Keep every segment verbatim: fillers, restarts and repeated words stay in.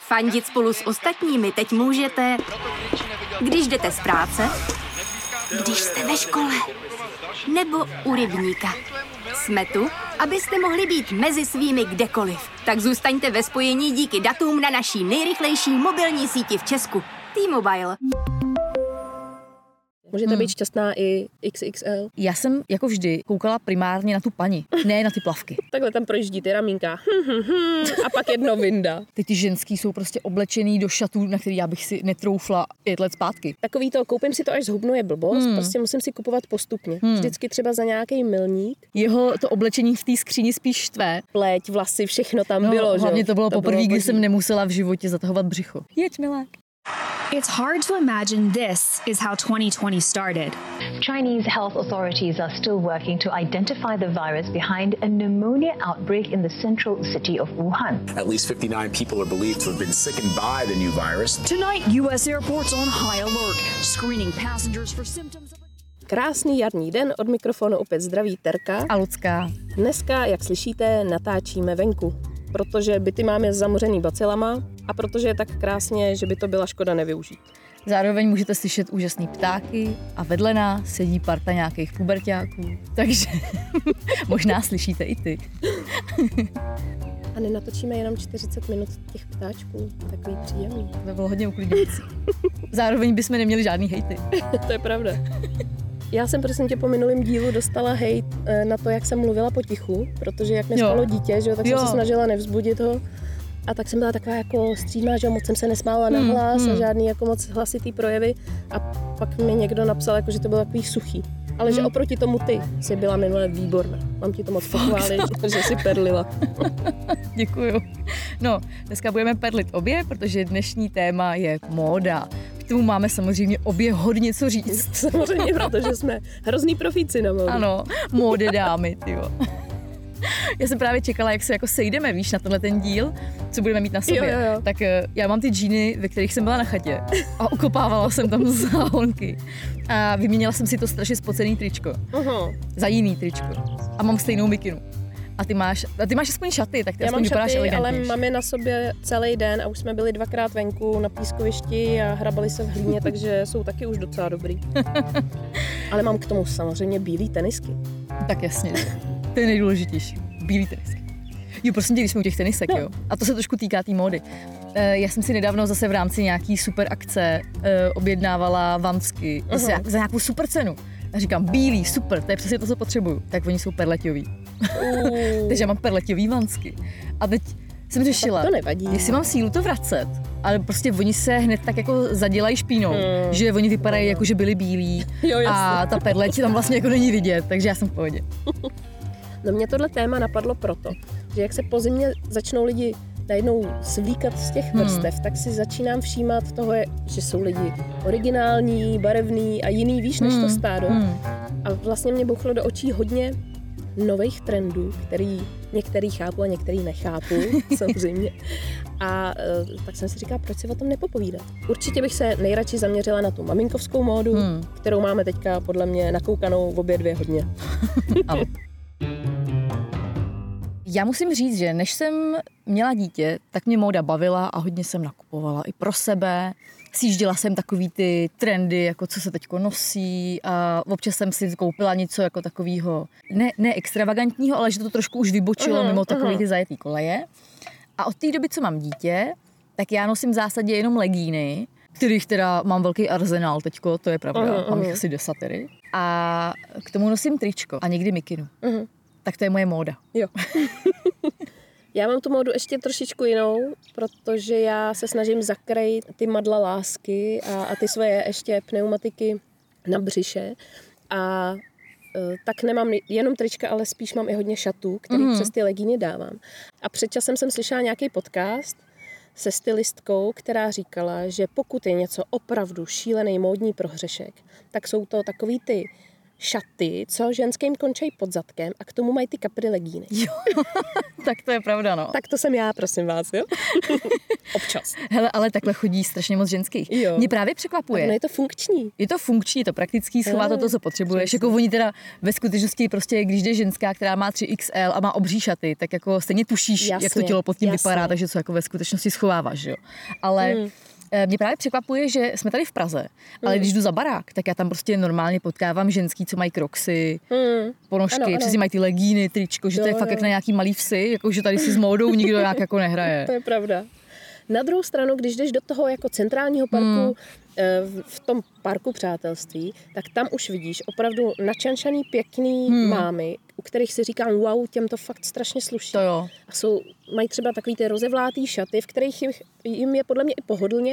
Fandit spolu s ostatními teď můžete, když jdete z práce, když jste ve škole, nebo u rybníka. Jsme tu, abyste mohli být mezi svými kdekoliv. Tak zůstaňte ve spojení díky datům na naší nejrychlejší mobilní síti v Česku. T-Mobile. Můžete být šťastná i iks iks el. Já jsem jako vždy koukala primárně na tu paní, ne na ty plavky. Takhle tam projíždí ty ramínka. A pak jedno vinda. Teď ty ženský jsou prostě oblečený do šatů, na který já bych si netroufla pět let zpátky. Takový to, koupím si to, až zhubnu, je blbost. Hmm. Prostě musím si kupovat postupně. Hmm. Vždycky třeba za nějaký milník. Jeho to oblečení v té skříni spíš štve. Pleť, vlasy, všechno tam no, bylo. Hlavně že? to bylo to poprvé, kdy jsem nemusela v životě zatahovat břicho. Jeď, milák. It's hard to imagine this is how twenty twenty started. Chinese health authorities are still working to identify the virus behind a pneumonia outbreak in the central city of Wuhan. At least fifty-nine people are believed to have been sickened by the new virus. Tonight, U S airports on high alert, screening passengers for symptoms of... Krásný jarní den, od mikrofonu opět zdraví Terka. A Lucka. Dneska, jak slyšíte, natáčíme venku. Protože byty máme zamořený bacilama a protože je tak krásně, že by to byla škoda nevyužít. Zároveň můžete slyšet úžasný ptáky a vedle nás sedí parta nějakých puberťáků, takže možná slyšíte i ty. A nenatočíme jenom čtyřicet minut těch ptáčků, takový příjemný. To bylo hodně uklidňující. Zároveň bychom neměli žádný hejty. To je pravda. Já jsem prosím tě po minulém dílu dostala hejt na to, jak jsem mluvila potichu, protože jak mi spalo dítě, že jo, tak jo. jsem se snažila nevzbudit ho. A tak jsem byla taková jako střídmá, že jo, moc jsem se nesmála na hlas hmm, hmm. a žádný jako moc hlasitý projevy. A pak mi někdo napsal, jako, že to bylo takový suchý. Ale hmm. že oproti tomu ty jsi byla minule výborná. Mám ti to moc pochválit, že jsi perlila. Děkuju. No, dneska budeme perlit obě, protože dnešní téma je móda. K tomu máme samozřejmě obě hodně co říct. Samozřejmě, protože jsme hrozný profíci na módu. Ano, módy dámy, tyjo. Já jsem právě čekala, jak se jako sejdeme, víš, na tenhle ten díl, co budeme mít na sobě. Jo, jo, jo. Tak já mám ty džíny, ve kterých jsem byla na chatě a ukopávala jsem tam záhonky. A vyměnila jsem si to strašně spocený tričko. Uh-huh. Za jiný tričko. A mám stejnou mikinu. A ty máš, a ty máš aspoň šaty, tak ty Já aspoň mám vypadáš šaty, elegantnější. ale mám je na sobě celý den a už jsme byli dvakrát venku na pískovišti a hrabali se v hlíně, takže jsou taky už docela dobrý. Ale mám k tomu samozřejmě bílý tenisky. Tak jasně, to je nejdůležitější. Bílý tenisky. Jo, prosím tě, když jsme u těch tenisek, no. jo. A to se trošku týká té módy. E, já jsem si nedávno zase v rámci nějaký super akce e, objednávala vansky uh-huh. zase, za nějakou super cenu. A říkám, bílý, super, to je přesně to, co potřebuju. Tak oni jsou perleťový. Uh. Takže já mám perleťový vansky. A teď jsem řešila, to nevadí. Jestli mám sílu to vracet, ale prostě oni se hned tak jako zadělají špínou, mm. že oni vypadají jako, že byli bílí jo, a ta perleť tam vlastně jako není vidět, takže já jsem v pohodě. No mě tohle téma napadlo proto, že jak se po zimě začnou lidi najednou svlíkat z těch vrstev, hmm. tak si začínám všímat toho, že jsou lidi originální, barevný a jiný, víš, než hmm. to stádo. Hmm. A vlastně mě bouchlo do očí hodně nových trendů, který některý chápu a některý nechápu, samozřejmě. A uh, tak jsem si říkala, proč si o tom nepopovídat. Určitě bych se nejradši zaměřila na tu maminkovskou módu, hmm. kterou máme teďka podle mě nakoukanou v obě dvě hodně. Já musím říct, že než jsem měla dítě, tak mě móda bavila a hodně jsem nakupovala i pro sebe. Sjížděla jsem takový ty trendy, jako co se teďko nosí a občas jsem si koupila něco jako takového, ne, ne extravagantního, ale že to trošku už vybočilo uh-huh, mimo takový uh-huh. ty zajetý koleje. A od té doby, co mám dítě, tak já nosím v zásadě jenom legíny, kterých teda mám velký arzenál teďko, to je pravda, uh-huh, mám jich asi desatery. A k tomu nosím tričko a někdy mikinu. Uh-huh. Tak to je moje móda. Jo. Já mám tu módu ještě trošičku jinou, protože já se snažím zakrýt ty madla lásky a, a ty svoje ještě pneumatiky na břiše. A e, tak nemám jenom trička, ale spíš mám i hodně šatů, který mm. přes ty legíny dávám. A před časem jsem slyšela nějaký podcast se stylistkou, která říkala, že pokud je něco opravdu šílený módní prohřešek, tak jsou to takový ty šaty, co ženským končí pod zadkem a k tomu mají ty kapry legíny. Jo, tak to je pravda, no. Tak to jsem já, prosím vás, jo? Občas. Hele, ale takhle chodí strašně moc ženských. Jo. Mě právě překvapuje. No je to funkční. Je to funkční, je to praktický, schová to to, co potřebuješ. přesně. Jako oni teda ve skutečnosti prostě, když jde ženská, která má tři X L a má obří šaty, tak jako stejně tušíš, Jasně, jak to tělo pod tím jasně. vypadá, takže co jako ve skutečnosti schováváš, jo. Ale Hmm. mě právě překvapuje, že jsme tady v Praze, ale když jdu za barák, tak já tam prostě normálně potkávám ženský, co mají kroxy, Hmm. ponožky, Ano, ano. přesně mají ty legíny, tričko, že Jo, to je fakt jo. jak na nějaký malý vsi, jako že tady si s módou nikdo jak jako nehraje. To je pravda. Na druhou stranu, když jdeš do toho jako centrálního parku, Hmm. v- v tom parku přátelství, tak tam už vidíš opravdu načančaný, pěkný Hmm. mámy, u kterých si říkám, wow, těm to fakt strašně sluší. To jo. A jsou, mají třeba takový ty rozevlátý šaty, v kterých jim, jim je podle mě i pohodlně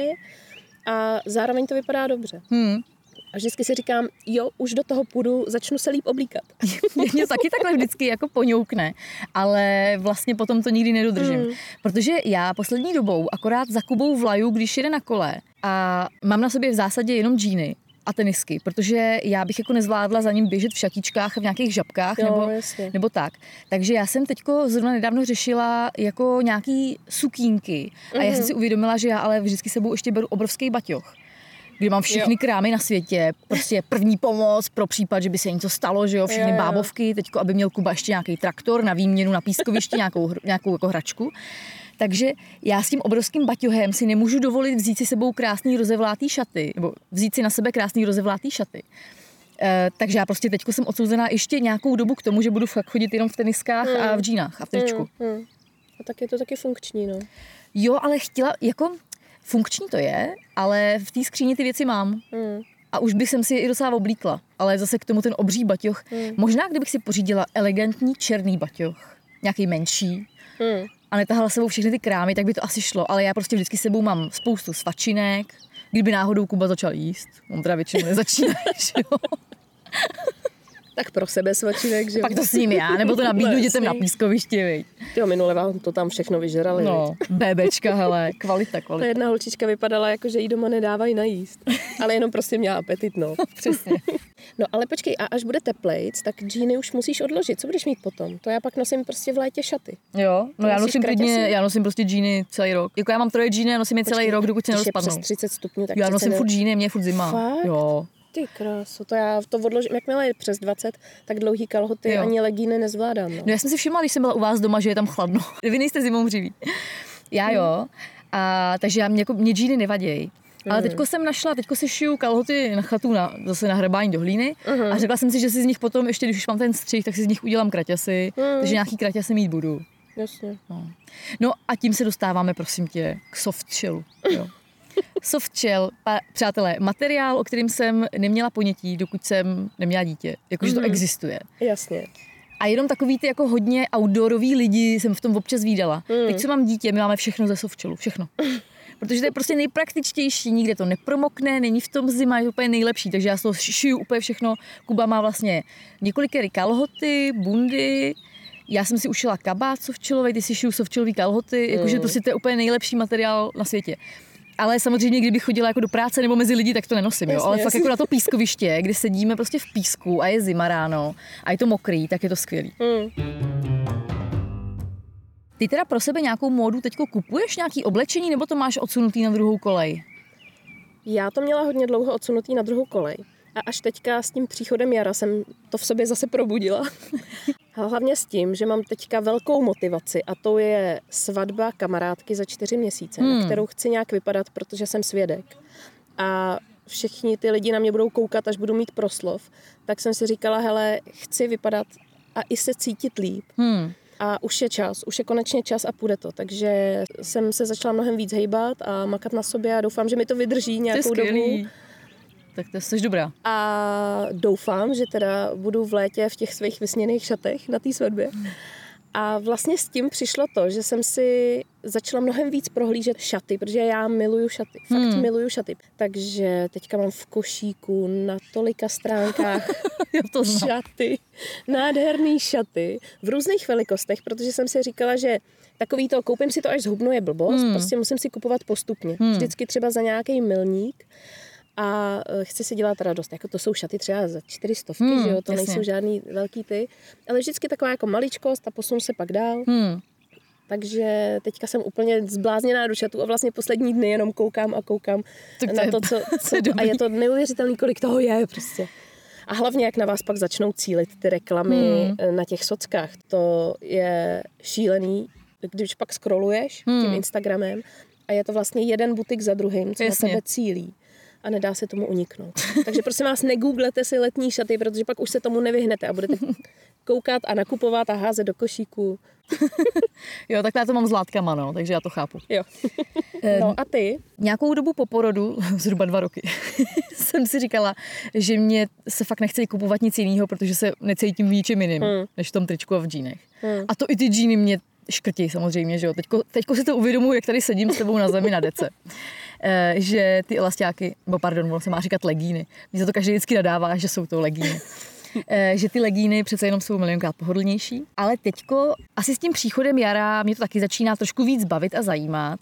a zároveň to vypadá dobře. Hmm. A vždycky si říkám, jo, už do toho půjdu, začnu se líp oblíkat. Mě taky takhle vždycky jako poňoukne, ale vlastně potom to nikdy nedodržím. Mm. Protože já poslední dobou akorát za Kubou vlaju, když jede na kole a mám na sobě v zásadě jenom džíny a tenisky, protože já bych jako nezvládla za ním běžet v šatičkách a v nějakých žabkách Jo, nebo, jasně. nebo tak. Takže já jsem teďko zrovna nedávno řešila jako nějaký sukínky a já jsem si uvědomila, že já ale vždycky sebou ještě beru obrovský baťoch, kde mám všechny jo. krámy na světě, prostě první pomoc pro případ, že by se něco stalo, že jo, všechny Jo, jo. bábovky, teďko, aby měl Kuba ještě nějaký traktor na výměnu na pískovišti, nějakou, hr- nějakou jako hračku. Takže já s tím obrovským baťohem si nemůžu dovolit vzít si sebou krásný rozevlátý šaty, nebo vzít si na sebe krásný rozevlátý šaty. E, takže já prostě teďko jsem odsouzená ještě nějakou dobu k tomu, že budu fakt chodit jenom v teniskách Hmm. a v džínách a v tričku. Hmm, hmm. A tak je to taky funkční, no. Jo, ale chtěla, jako funkční to je, ale v té skříni ty věci mám. Hmm. A už bych jsem si je i docela oblíkla. Ale zase k tomu ten obří baťoch. Hmm. Možná, kdybych si pořídila elegantní černý baťoch, nějaký menší, Hmm. a netahala sebou všechny ty krámy, tak by to asi šlo. Ale já prostě vždycky sebou mám spoustu svačinek, kdyby náhodou Kuba začal jíst. On teda většinou nezačíná, že jo. Tak pro sebe svačinek, že jo? Pak to s ním já, nebo to nabídnu No, dětem na jasný. pískovišti, viď. Jo, minule vám to tam všechno vyžrali. No, viď? bébečka, hele, kvalita, Ta kvalita. jedna holčička vypadala jako, že jí doma nedávají najíst. Ale jenom prostě měla apetit, no. Přesně. No ale počkej, a až bude teplejc, tak džíny už musíš odložit. Co budeš mít potom? To já pak nosím prostě v létě šaty. Jo, no To já nosíš nosím klidně, kraťasy? já nosím prostě džíny celý rok. Jako já mám troje džíny a nosím je celý Počkej, rok, dokud se když je nerozpadnou. přes třicet stupňů, tak Já přece nosím ne... furt džíny, mě je furt zima. Fakt? Jo. Ty kráso, to já to odložím. Jakmile je přes dvacet, tak dlouhý kalhoty Jo. ani legíny nezvládám. No. No já jsem si všimla, když jsem byla u vás doma, že je tam chladno. Vy nejste zimou hříví. Já jo. A takže já, mě, jako, mě džíny nevadějí. Ale teďko jsem našla, teďko si šiju kalhoty na chatu, na, zase na hrebání do hlíny Mhm. a řekla jsem si, že si z nich potom, ještě když už mám ten střih, tak si z nich udělám kraťasy, takže nějaký kraťasy mít budu. Jasně. No. no a tím se dostáváme, prosím tě, k softshellu. Jo. Softshell, pa, přátelé, materiál, o kterým jsem neměla ponětí, dokud jsem neměla dítě. Jakože to existuje. Jasně. A jenom takový ty jako hodně outdoorový lidi jsem v tom občas vídala. Mm. Teď, co mám dítě, my máme všechno ze softshellu, všechno. Protože to je prostě nejpraktičtější, nikde to nepromokne, není v tom zima, je to úplně nejlepší, takže já z toho šiju úplně všechno. Kuba má vlastně několikery kalhoty, bundy, já jsem si ušila kabát softshillový, ty si šiju softshillový kalhoty, jakože prostě to je úplně nejlepší materiál na světě. Ale samozřejmě, kdybych chodila jako do práce nebo mezi lidi, tak to nenosím, jo. Jasně, Ale fakt jasně. jako na to pískoviště, kde sedíme prostě v písku a je zima ráno a je to mokrý, tak je to skvělý. Mm. Ty teda pro sebe nějakou módu teďko kupuješ, nějaký oblečení, nebo to máš odsunutý na druhou kolej? Já to měla hodně dlouho odsunutý na druhou kolej. A až teďka s tím příchodem jara jsem to v sobě zase probudila. A hlavně s tím, že mám teďka velkou motivaci a to je svatba kamarádky za čtyři měsíce, hmm. na kterou chci nějak vypadat, protože jsem svědek. A všichni ty lidi na mě budou koukat, až budu mít proslov. Tak jsem si říkala, hele, chci vypadat a i se cítit líp. Hmm. A už je čas, už je konečně čas a půjde to. Takže jsem se začala mnohem víc hejbat a makat na sobě a doufám, že mi to vydrží nějakou to je dobu. skvělý. Tak to jsi dobrá. A doufám, že teda budu v létě v těch svých vysněných šatech na té svatbě. A vlastně s tím přišlo to, že jsem si začala mnohem víc prohlížet šaty, protože já miluju šaty, fakt Hmm. miluju šaty. Takže teďka mám v košíku na tolika stránkách Já to znám. šaty, nádherný šaty v různých velikostech, protože jsem si říkala, že takový to, koupím si to až zhubnu je blbost, Hmm. prostě musím si kupovat postupně. Hmm. Vždycky třeba za nějaký milník. a chci si dělat radost. Jako to jsou šaty třeba za čtyři stovky, Hmm, že jo, to jasně. nejsou žádný velký ty, ale vždycky taková jako maličkost a posunu se pak dál. Hmm. Takže teďka jsem úplně zblázněná do šatů a vlastně poslední dny jenom koukám a koukám Tak to na je- to, co, to co je to, a dobrý. je to neuvěřitelný, kolik toho je prostě. A hlavně, jak na vás pak začnou cílit ty reklamy Hmm. na těch sockách, to je šílený, když pak scrolluješ tím Hmm. Instagramem a je to vlastně jeden butik za druhým, co Jasně. na tebe cílí. A nedá se tomu uniknout. Takže prosím vás, negooglete si letní šaty, protože pak už se tomu nevyhnete a budete koukat a nakupovat a házet do košíku. Jo, tak já to mám s látkama, no, takže já to chápu. Jo. No a ty? Nějakou dobu po porodu, zhruba dva roky, jsem si říkala, že mě se fakt nechce kupovat nic jiného, protože se necítím v ničem jiným, Hmm. než v tom tričku a v džínech. Hmm. A to i ty džíny mě škrtí samozřejmě, že jo. Teďko, teďko si to uvědomuji, jak tady sedím s tebou na zemi na dece. E, že ty elastiáky, bo pardon, ono se má říkat legíny. Mně se to každý vždycky nadává, že jsou to legíny. E, že ty legíny přece jenom jsou milionkrát pohodlnější. Ale teďko asi s tím příchodem jara mě to taky začíná trošku víc bavit a zajímat.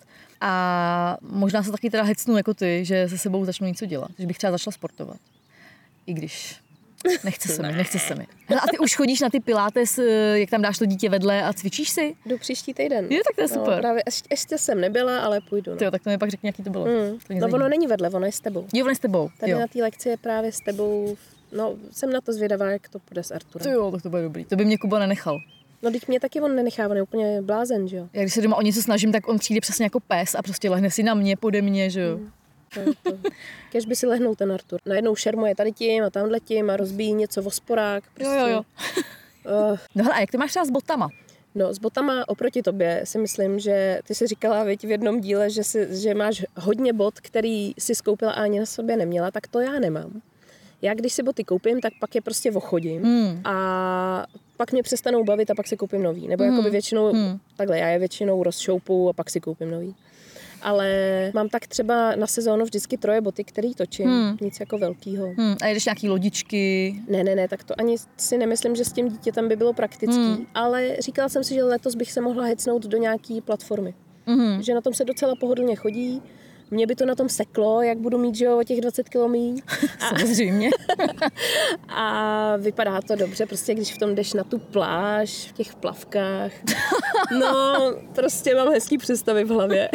A možná se taky teda hecnu jako ty, že se sebou začnu něco dělat. Že bych třeba začala sportovat. I když nechce se mi, nechce se mi. Hele, a ty už chodíš na ty pilates, jak tam dáš to dítě vedle a cvičíš si? Jdu příští týden. Jo, tak to je super. No, právě ještě, ještě jsem nebyla, ale půjdu. No, Tyjo, tak to mi pak řekni, jaký to bylo. mm. To mě no zajímá. ono není vedle, ono je s tebou. Jo, on je s tebou. Tady Jo. na té lekci je právě s tebou. No, jsem na to zvědavá, jak to půjde s Arturem. To jo, tak to bude dobrý. To by mě Kuba nenechal. No, teď mě taky on nenechá, on je úplně blázen, že jo. Já když se doma o něco snažím, tak on přijde přesně jako pes a prostě lehne si na mě, pode mě, že jo. To je to. Kež by si lehnul ten Artur. Najednou šermuje tady tím a tamhle tím a rozbíjí něco o sporák. Jo, jo, jo. Uh, No hele, a jak to máš třeba s botama? no, s botama oproti tobě si myslím, že ty si říkala, viď, v jednom díle, že, si, že máš hodně bot, který si skoupila a ani na sobě neměla, tak to já nemám. Já když si boty koupím, tak pak je prostě ochodím Hmm. a pak mě přestanou bavit a pak si koupím nový. Nebo Hmm. jakoby většinou, Hmm. takhle, já je většinou rozšoupu a pak si koupím nový. Ale mám tak třeba na sezónu vždycky troje boty, který točím. Hmm. Nic jako velkýho. Hmm. A jedeš nějaký lodičky? Ne, ne, ne, tak to ani si nemyslím, že s tím dítětem by bylo praktický. Hmm. Ale říkala jsem si, že letos bych se mohla hecnout do nějaký platformy. Mhm. Že na tom se docela pohodlně chodí. Mě by to na tom seklo, jak budu mít, že jo, o těch dvacet kilo míň. Samozřejmě. A vypadá to dobře, prostě když v tom jdeš na tu pláž, v těch plavkách. No, prostě mám hezký představy v hlavě.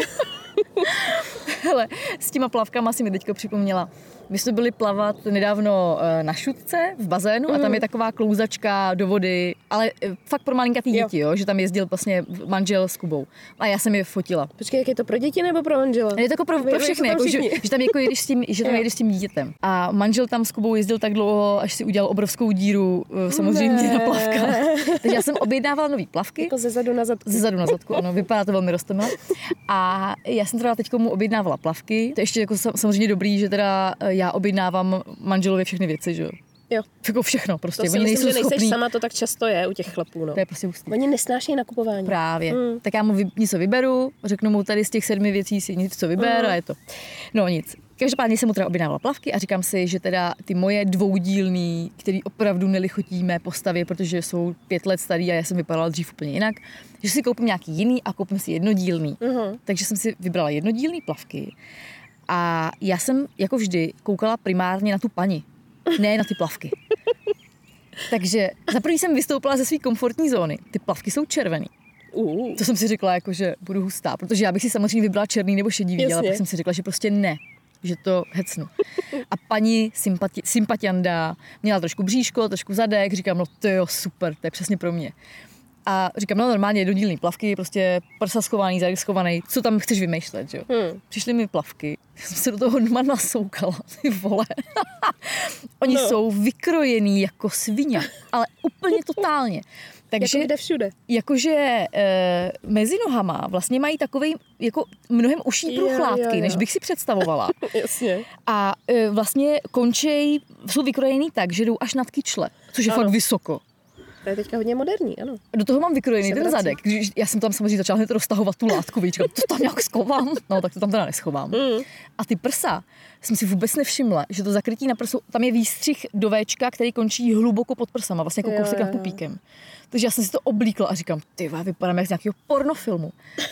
Hele, s těma plavkama si mi teďko připomněla. My jsme byli plavat nedávno eh, na Šutce v bazénu mm. a tam je taková klouzačka do vody, ale eh, fakt pro malinkatý děti, jo, že tam jezdil vlastně manžel s Kubou. A já jsem je fotila. Počkej, jak je to pro děti nebo pro manžela? Je to jako pro, Vy- pro vy všechny, jsou tam jako, že, všichni. že tam jako jedeš s tím, že tam Jo. jedeš s tím dítětem. A manžel tam s Kubou jezdil tak dlouho, až si udělal obrovskou díru eh, samozřejmě Ne. na plavkách. Takže já jsem objednávala nový plavky. Jako ze zadu na zadku. Ze zadu na zadku, ano, vypadá to velmi roztomile. A já jsem teda teď mu objednávala plavky. To je ještě jako sam- samozřejmě dobrý, že teda já objednávám manželovi všechny věci, že jo. Jo. Jako všechno prostě. To si Oni myslím, nejsou že nejseš schopní. sama, to tak často je u těch chlapů, no. To je prostě hustý. Oni nesnášejí nakupování. Právě. Mm. Tak já mu vy, něco vyberu, řeknu mu tady z těch sedmi věcí si něco vyber Mm. a je to. No nic. Každopádně jsem mu teda objednávala plavky a říkám si, že teda ty moje dvoudílný, který opravdu nelichotí mé postavě, protože jsou pět let starý a já jsem vypadala dřív úplně jinak, že si koupím nějaký jiný a koupím si jednodílný. Mhm. Takže jsem si vybrala jednodílný plavky a já jsem jako vždy koukala primárně na tu paní, ne na ty plavky. Takže za první jsem vystoupila ze své komfortní zóny. Ty plavky jsou červený. Uh. To jsem si řekla, jako, že budu hustá, protože já bych si samozřejmě vybrala černý nebo šedivý, ale Jasně. pak jsem si řekla, že prostě ne, že to hecnu. A paní sympati, sympatianda měla trošku bříško, trošku zadek, říkám, no to jo, super, to je přesně pro mě. A říkám, no normálně jednodílný plavky, prostě prsa schovaný, zadek schovaný, co tam chceš vymýšlet, že jo. Hmm. Přišly mi plavky, já jsem se do toho doma nasoukala, ty vole. Oni No. jsou vykrojený jako svině, ale úplně totálně. Takže Jako kde všude. jakože e, mezi nohama vlastně mají takovej jako mnohem uší Jo, průchládky, jo, jo. než bych si představovala. Jasně. A e, vlastně končej, jsou vykrojený tak, že jdou až nad kyčle, což je Ano. fakt vysoko. To je teďka hodně moderní, ano. Do toho mám vykrojený Se ten vrací. zadek. Když já jsem tam samozřejmě začala hned roztahovat tu látku, víš, říkám, to tam nějak schovám. No, tak to tam teda neschovám. Mm. A ty prsa jsem si vůbec nevšimla, že to zakrytí na prsu, tam je výstřih do véčka, který končí hluboko pod prsama, vlastně jako Jo, kousek jo, nad jo. pupíkem. Takže já jsem si to oblíkla a říkám, ty vole, vypadám jak z nějakého pornofilmu.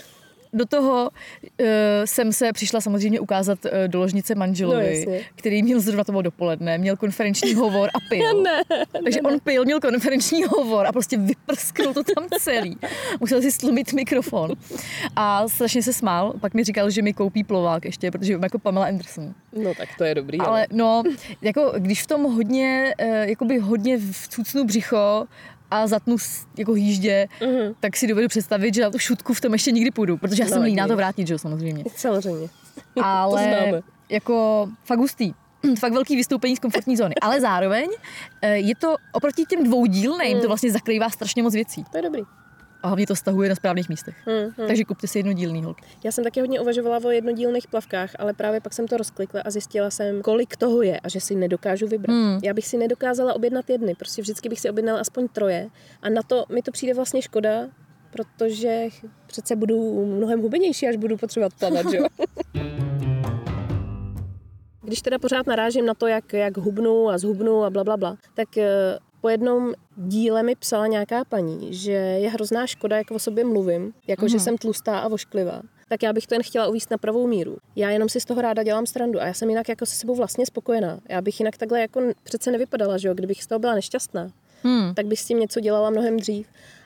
do toho uh, jsem se přišla samozřejmě ukázat uh, do ložnice manželovi, no, který měl zrovna toho dopoledne, měl konferenční hovor a pil. ne, Takže ne, on pil, měl konferenční hovor a prostě vyprsknul to tam celý. Musel si stlumit mikrofon. A strašně se smál, pak mi říkal, že mi koupí plovák ještě, protože mám jako Pamela Anderson. No tak to je dobrý. Ale no, jako když v tom hodně, uh, jakoby hodně vcucnu břicho a zatnu jako hýždě, uh-huh. tak si dovedu představit, že na tu šutku v tom ještě nikdy půjdu, protože já no, jsem líná to vrátit, že jo, samozřejmě. Samozřejmě. Ale jako fakt hustý. Fakt velký vystoupení z komfortní zóny. Ale zároveň je to oproti těm dvoudílným, mm. to vlastně zakrývá strašně moc věcí. To je dobrý. A hlavně to stahuje na správných místech. Hmm, hmm. Takže kupte si jednodílný holky. Já jsem taky hodně uvažovala o jednodílných plavkách, ale právě pak jsem to rozklikla a zjistila jsem, kolik toho je a že si nedokážu vybrat. Hmm. Já bych si nedokázala objednat jedny, prostě vždycky bych si objednala aspoň troje a na to mi to přijde vlastně škoda, protože přece budu mnohem hubenější, až budu potřebovat plavat, že jo? Když teda pořád narážím na to, jak, jak hubnu a zhubnu a blablabla, tak po jednom díle mi psala nějaká paní, že je hrozná škoda, jak o sobě mluvím, jako mm. že jsem tlustá a vošklivá. Tak já bych to jen chtěla uvést na pravou míru. Já jenom si z toho ráda dělám srandu a já jsem jinak jako se sebou vlastně spokojená. Já bych jinak takhle jako přece nevypadala, že jo, kdybych z toho byla nešťastná, mm. tak bych s tím něco dělala mnohem dřív.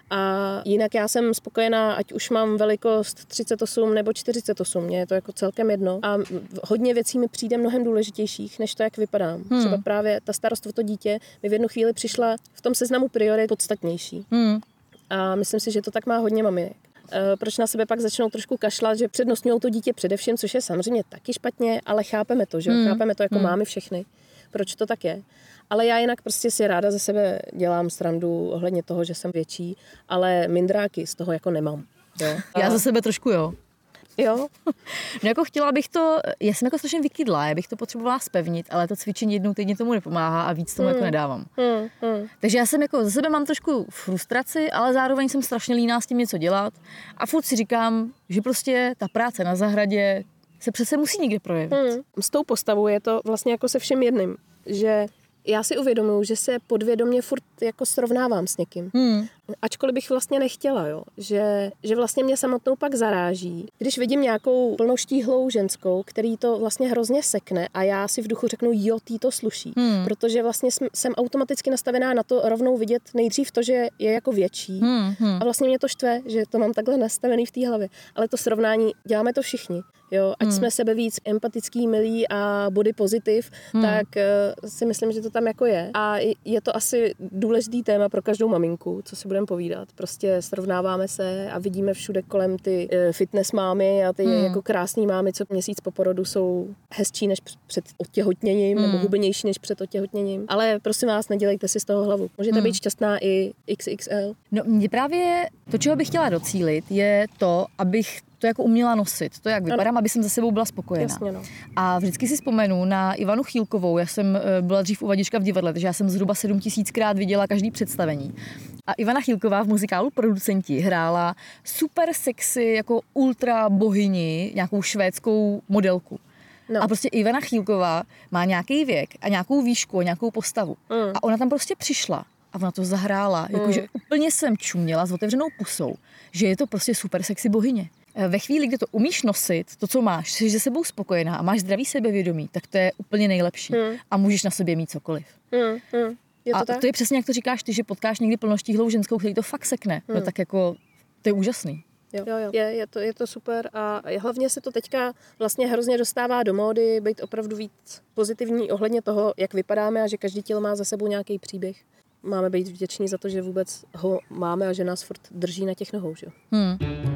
A jinak já jsem spokojená, ať už mám velikost třicet osm nebo čtyřicet osm, mně je to jako celkem jedno. A hodně věcí mi přijde mnohem důležitějších, než to, jak vypadám. Hmm. Třeba právě ta starost o to dítě mi v jednu chvíli přišla v tom seznamu priorit podstatnější. Hmm. A myslím si, že to tak má hodně maminek. E, proč na sebe pak začnou trošku kašlat, že přednostňují to dítě především, což je samozřejmě taky špatně, ale chápeme to, že hmm. chápeme to jako hmm. mámy všechny. Proč to tak je? Ale já jinak prostě si ráda ze sebe dělám srandu ohledně toho, že jsem větší, ale mindráky z toho jako nemám. Jo? Já za sebe trošku jo. Jo? No jako chtěla bych to, já jsem jako strašně vykydlá, já bych to potřebovala zpevnit, ale to cvičení jednou týdně tomu nepomáhá a víc tomu hmm. jako nedávám. Hmm. Hmm. Takže já jsem jako za sebe mám trošku frustraci, ale zároveň jsem strašně líná s tím něco dělat a furt si říkám, že prostě ta práce na zahradě se přece musí někde projevit. Hmm. S tou postavou je to vlastně jako se všem jedným, že já si uvědomuji, že se podvědomě furt jako srovnávám s někým. Hmm. Ačkoliv bych vlastně nechtěla, jo. Že, že vlastně mě samotnou pak zaráží, když vidím nějakou plnoštíhlou ženskou, který to vlastně hrozně sekne a já si v duchu řeknu, jo, tý to sluší. Hmm. Protože vlastně jsem, jsem automaticky nastavená na to rovnou vidět nejdřív to, že je jako větší. Hmm. Hmm. A vlastně mě to štve, že to mám takhle nastavený v té hlavě. Ale to srovnání, děláme to všichni. Jo, ať hmm. jsme sebe víc empatický, milí a body pozitiv, hmm. tak uh, si myslím, že to tam jako je. A je to asi důležitý téma pro každou maminku, co si budeme povídat. Prostě srovnáváme se a vidíme všude kolem ty uh, fitness mámy a ty hmm. jako krásný mámy, co měsíc po porodu jsou hezčí než před otěhotněním hmm. nebo hubenější než před otěhotněním. Ale prosím vás, nedělejte si z toho hlavu. Můžete hmm. být šťastná i iks iks el. No mě právě to, čeho bych chtěla docílit, je to, abych to jako uměla nosit, to jak vypadám, aby jsem za sebou byla spokojená. Jasně, no. A vždycky si vzpomenu na Ivanu Chýlkovou, já jsem byla dřív uvaděčka v divadle, takže já jsem zhruba sedm tisíckrát viděla každý představení. A Ivana Chýlková v muzikálu Producenti hrála super sexy, jako ultra bohyni, nějakou švédskou modelku. No. A prostě Ivana Chýlková má nějaký věk a nějakou výšku a nějakou postavu. Mm. A ona tam prostě přišla a ona to zahrála, mm. jakože úplně jsem čuměla s otevřenou pusou, že je to prostě super sexy bohyně. Ve chvíli, kdy to umíš nosit, to, co máš, jsi se sebou spokojená a máš zdravý sebevědomí, tak to je úplně nejlepší. Hmm. A můžeš na sobě mít cokoliv. Hmm. Hmm. Je to a tak? to je přesně, jak to říkáš ty, že potkáš někdy plnoštíhlou ženskou, který to fakt sekne. Hmm. No tak jako, to je úžasný. Jo, jo, jo. Je, je, to, je to super a hlavně se to teďka vlastně hrozně dostává do módy, být opravdu víc pozitivní ohledně toho, jak vypadáme a že každý tělo má za sebou nějaký příběh. Máme být vděční za to, že vůbec ho máme a že nás furt drží na těch nohou, že jo. Hmm.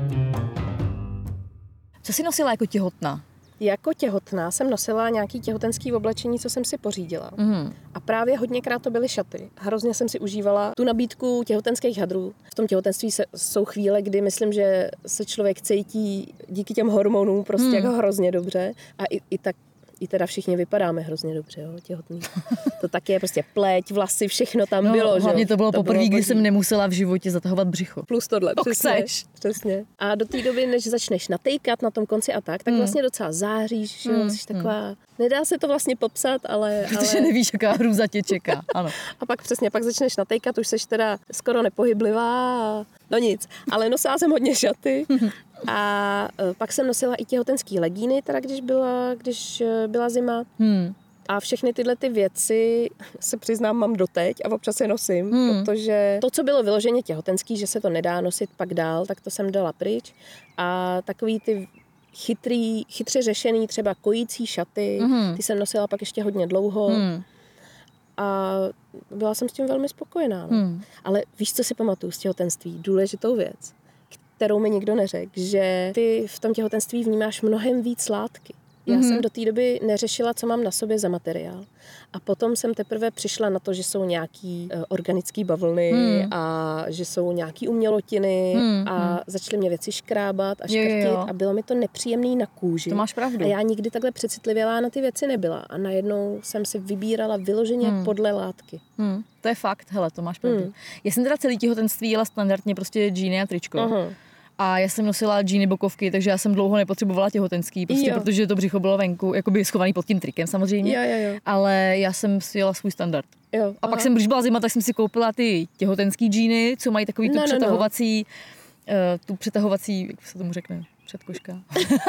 Co jsi nosila jako těhotná? Jako těhotná jsem nosila nějaký těhotenský oblečení, co jsem si pořídila. Mm. A právě hodněkrát to byly šaty. Hrozně jsem si užívala tu nabídku těhotenských hadrů. V tom těhotenství se, jsou chvíle, kdy myslím, že se člověk cítí díky těm hormonům prostě mm. jako hrozně dobře. A i, i tak I teda všichni vypadáme hrozně dobře, jo, těhotný. To taky je prostě pleť, vlasy, všechno tam no, bylo. Hlavně že? to bylo to poprvé, bylo kdy jsem nemusela v životě zatahovat břicho. Plus tohle, to přesně, chceš. přesně. A do té doby, než začneš natejkat na tom konci a tak, tak mm. vlastně docela záříš, že mm. jsi taková... Mm. Nedá se to vlastně popsat, ale... Protože ale... nevíš, jaká hrůza tě čeká, ano. A pak přesně, pak začneš natejkat, už seš teda skoro nepohyblivá a No nic, ale nosila jsem hodně šaty a pak jsem nosila i těhotenský legíny, teda když byla, když byla zima. Hmm. A všechny tyhle ty věci se přiznám mám doteď a občas je nosím, hmm. protože to, co bylo vyloženě těhotenský, že se to nedá nosit pak dál, tak to jsem dala pryč. A takový ty chytrý, chytře řešený třeba kojící šaty, hmm. ty jsem nosila pak ještě hodně dlouho. Hmm. A byla jsem s tím velmi spokojená. No. Hmm. Ale víš, co si pamatuju z těhotenství? Důležitou věc, kterou mi nikdo neřekl, že ty v tom těhotenství vnímáš mnohem víc látky. Já mm-hmm. jsem do té doby neřešila, co mám na sobě za materiál. A potom jsem teprve přišla na to, že jsou nějaký uh, organické bavlny mm. a že jsou nějaký umělotiny mm. a začaly mě věci škrábat a škrtit jo, jo. a bylo mi to nepříjemný na kůži. To máš pravdu. A já nikdy takhle přecitlivělá na ty věci nebyla. A najednou jsem si vybírala vyloženě mm. podle látky. Mm. To je fakt, hele, to máš pravdu. Mm. Já jsem teda celý těhotenství jela standardně prostě džíny a tričko. Uh-huh. A já jsem nosila džíny bokovky, takže já jsem dlouho nepotřebovala těhotenský, prostě protože to břicho bylo venku, jakoby schovaný pod tím trikem samozřejmě, jo, jo, jo. ale já jsem si jela svůj standard. Jo, a aha. pak jsem, když byla zima, tak jsem si koupila ty těhotenský džíny, co mají takový tu no, přetahovací, no, no. Uh, tu přetahovací, jak se tomu řekne, předkoška.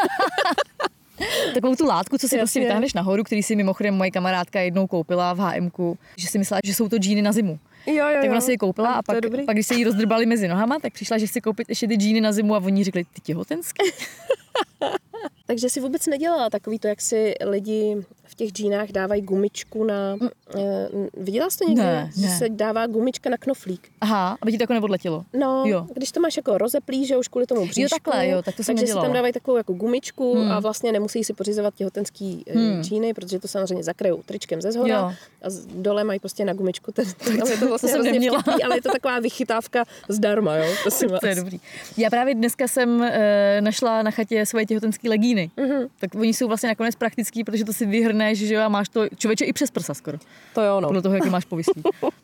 Takovou tu látku, co si Jasně. prostě vytáhneš nahoru, který si mimochodem moje kamarádka jednou koupila v há emku, že si myslela, že jsou to džíny na zimu. Jo, jo, tak ona si je koupila a, a pak, pak, když se jí rozdrbali mezi nohama, tak přišla, že chci koupit ještě ty džíny na zimu a oni řekli, ty těhotenský. Takže si vůbec nedělala takový to, jak si lidi v těch džínách dávají gumičku na... Mm. Eh, viděla jsi to někdy? Ne, že ne. se dává gumička na knoflík. Aha, aby ti to jako neodletělo. No, jo. když to máš jako rozeplý, že už kvůli tomu bříšku. Jo, takhle, jo, tak to jsem takže nedělala. si tam dávají takovou jako gumičku hmm. a vlastně nemusí si pořizovat těhotenský hmm. džíny, protože to samozřejmě zakrajou tričkem ze zhora jo. a dole mají prostě na gumičku. Ten, tam je to vlastně to hrozně vtipný, ale je to taková vychytávka zdarma, jo. To, si to je dobrý. Já právě dneska jsem e, našla na chatě svoje těhotenský legíny. Mm-hmm. Tak oni jsou vlastně nakonec praktický, protože to si vyhrneš, že jo, a máš to člověče i přes prsa skoro. To jo, no. Podle toho, jaký máš povislí.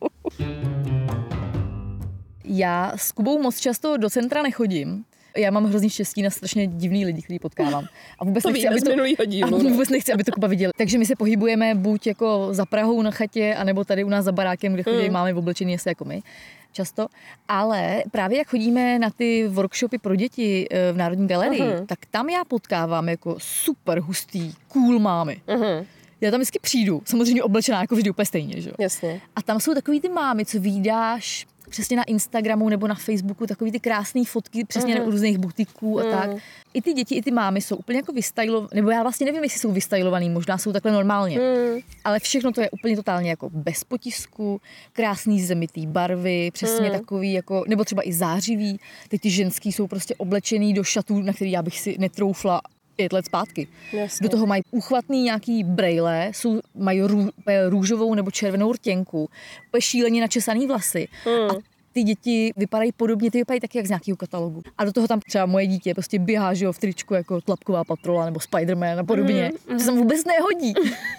Já s Kubou moc často do centra nechodím. Já mám hrozný štěstí na strašně divný lidi, který potkávám. A vůbec, to nechci, aby to, dílu, a vůbec nechci, aby to Kuba viděl. Takže my se pohybujeme buď jako za Prahou na chatě, anebo tady u nás za barákem, kde chodí mm. máme oblečený asi jako my. Často, ale právě jak chodíme na ty workshopy pro děti v Národní galerii, uh-huh. tak tam já potkávám jako super hustý, cool mámy. Uh-huh. Já tam vždycky přijdu, samozřejmě oblečená jako vždy úplně stejně, že jo. Jasně. A tam jsou takový ty mámy, co vídáš přesně na Instagramu nebo na Facebooku, takový ty krásné fotky přesně uh-huh. na různých butiků a uh-huh. tak. I ty děti, i ty mámy jsou úplně jako vystylovaný, nebo já vlastně nevím, jestli jsou vystylovaný, možná jsou takhle normálně. Mm. Ale všechno to je úplně totálně jako bez potisku, krásný zemitý barvy, přesně mm. takový jako, nebo třeba i zářivý. Teď ty ženský jsou prostě oblečený do šatů, na který já bych si netroufla pět let zpátky. Jasně. Do toho mají uchvatný nějaký brejle, jsou, mají rů, růžovou nebo červenou rtěnku, úplně šíleně načesaný vlasy. Mm. A ty děti vypadají podobně, ty vypadají taky jak z nějakého katalogu. A do toho tam třeba moje dítě prostě běhá, že jo, v tričku jako Tlapková patrola nebo Spiderman a podobně. Mm, mm. To se vůbec nehodí.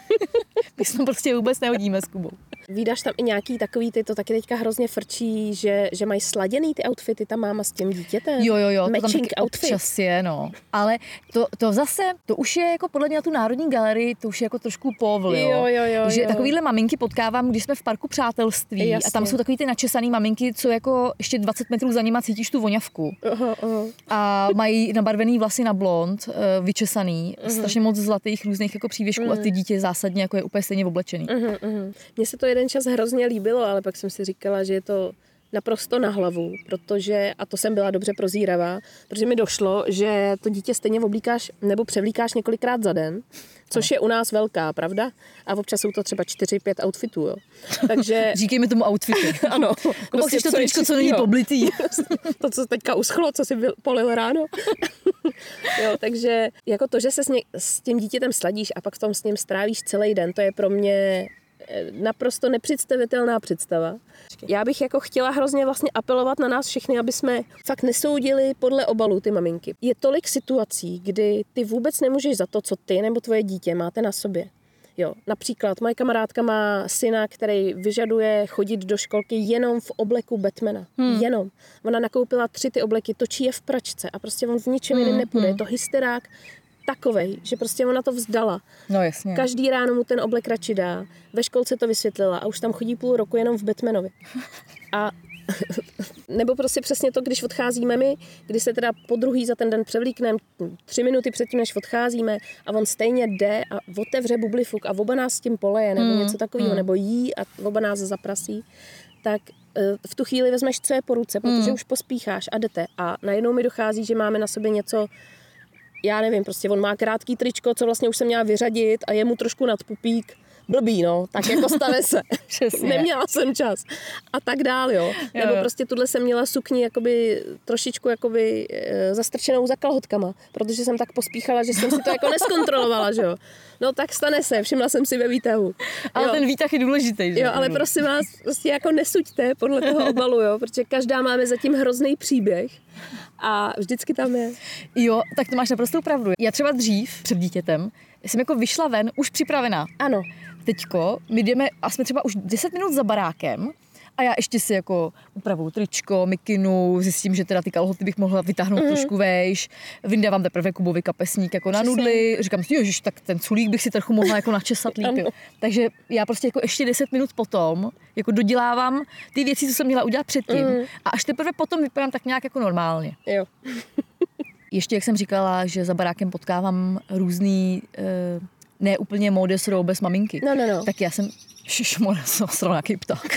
My se prostě vůbec nehodíme s Kubou. Vídáš tam i nějaký takový, ty to taky teďka hrozně frčí, že, že mají sladěný ty outfity, ta máma s tím dítětem. Jo, jo, jo, matching to tam taky outfit. Občas je, no. Ale to, to zase, to už je jako podle mě na tu Národní galerii, to už je jako trošku povl, jo. Jo, jo, jo, že jo. takovýhle maminky potkávám, když jsme v parku přátelství. Jasně. A tam jsou takový ty načesaný maminky, co jako ještě dvacet metrů za nima cítíš tu voňavku. Aha, aha. A mají nabarvený vlasy na blond, vyčesaný, uh-huh. strašně moc zlatých různých jako přívěšků uh-huh. a ty dítě zásadně jako je úplně stejně oblečený. Uh-huh, uh-huh. Mně se to jeden čas hrozně líbilo, ale pak jsem si říkala, že je to naprosto na hlavu, protože, a to jsem byla dobře prozíravá, protože mi došlo, že to dítě stejně oblíkáš nebo převlíkáš několikrát za den, což je u nás velká, pravda? A občas jsou to třeba čtyři, pět outfitů, jo. Takže... Říkejme tomu outfity. Ano. Prostě to tričko, co není poblitý. To, co teďka uschlo, co si polil ráno. Jo, takže jako to, že se s, ně, s tím dítětem sladíš a pak v tom s ním strávíš celý den, to je pro mě naprosto nepředstavitelná představa. Já bych jako chtěla hrozně vlastně apelovat na nás všechny, aby jsme fakt nesoudili podle obalu ty maminky. Je tolik situací, kdy ty vůbec nemůžeš za to, co ty nebo tvoje dítě máte na sobě. Jo, například moje kamarádka má syna, který vyžaduje chodit do školky jenom v obleku Batmana. Hmm. Jenom. Ona nakoupila tři ty obleky, točí je v pračce a prostě on v ničem jiném nepůjde. Je to hysterák takovej, že prostě ona to vzdala. No jasně. Každý ráno mu ten oblek radši dá. Ve školce to vysvětlila a už tam chodí půl roku jenom v Batmanovi. A Nebo prostě přesně to, když odcházíme my, kdy se teda po druhý za ten den převlíkneme tři minuty předtím, než odcházíme a on stejně jde a otevře bublifuk a oba nás s tím poleje nebo mm. něco takového, mm. nebo jí a oba nás zaprasí, tak v tu chvíli vezmeš, co je po ruce, protože mm. už pospícháš a jdete a najednou mi dochází, že máme na sobě něco, já nevím, prostě on má krátký tričko, co vlastně už jsem měla vyřadit a je mu trošku nad pupík. Blbý, no, tak jako stane se. Neměla jsem čas. A tak dál, jo. jo Nebo jo. prostě tuhle jsem měla sukni jakoby trošičku jakoby e, zastrčenou za kalhotkama, protože jsem tak pospíchala, že jsem si to jako neskontrolovala, že jo. No tak stane se, všimla jsem si ve výtahu. Ale jo. ten výtah je důležitý, že? Jo, ale prosím vás, prostě jako nesuďte podle toho obalu, jo, protože každá máme zatím hrozný příběh a vždycky tam je. Jo, tak to máš naprostou pravdu. Já třeba dřív před dítětem jsem jako vyšla ven už připravená. Ano. Teďko my jdeme a jsme třeba už deset minut za barákem a já ještě si jako upravuju tričko, mikinu, zjistím, že teda ty kalhoty bych mohla vytáhnout mm. trošku vejš, vyndávám teprve Kubovi kapesník jako na nudli, říkám si, ježiš, tak ten culík bych si trochu mohla jako načesat líp. Takže já prostě jako ještě deset minut potom jako dodělávám ty věci, co jsem měla udělat předtím mm. a až teprve potom vypadám tak nějak jako normálně. Jo. Ještě, jak jsem říkala, že za barákem potkávám různý uh, ne úplně modest row bez maminky. No, no, no. Tak já jsem, šišmona, jsem sral nějaký pták.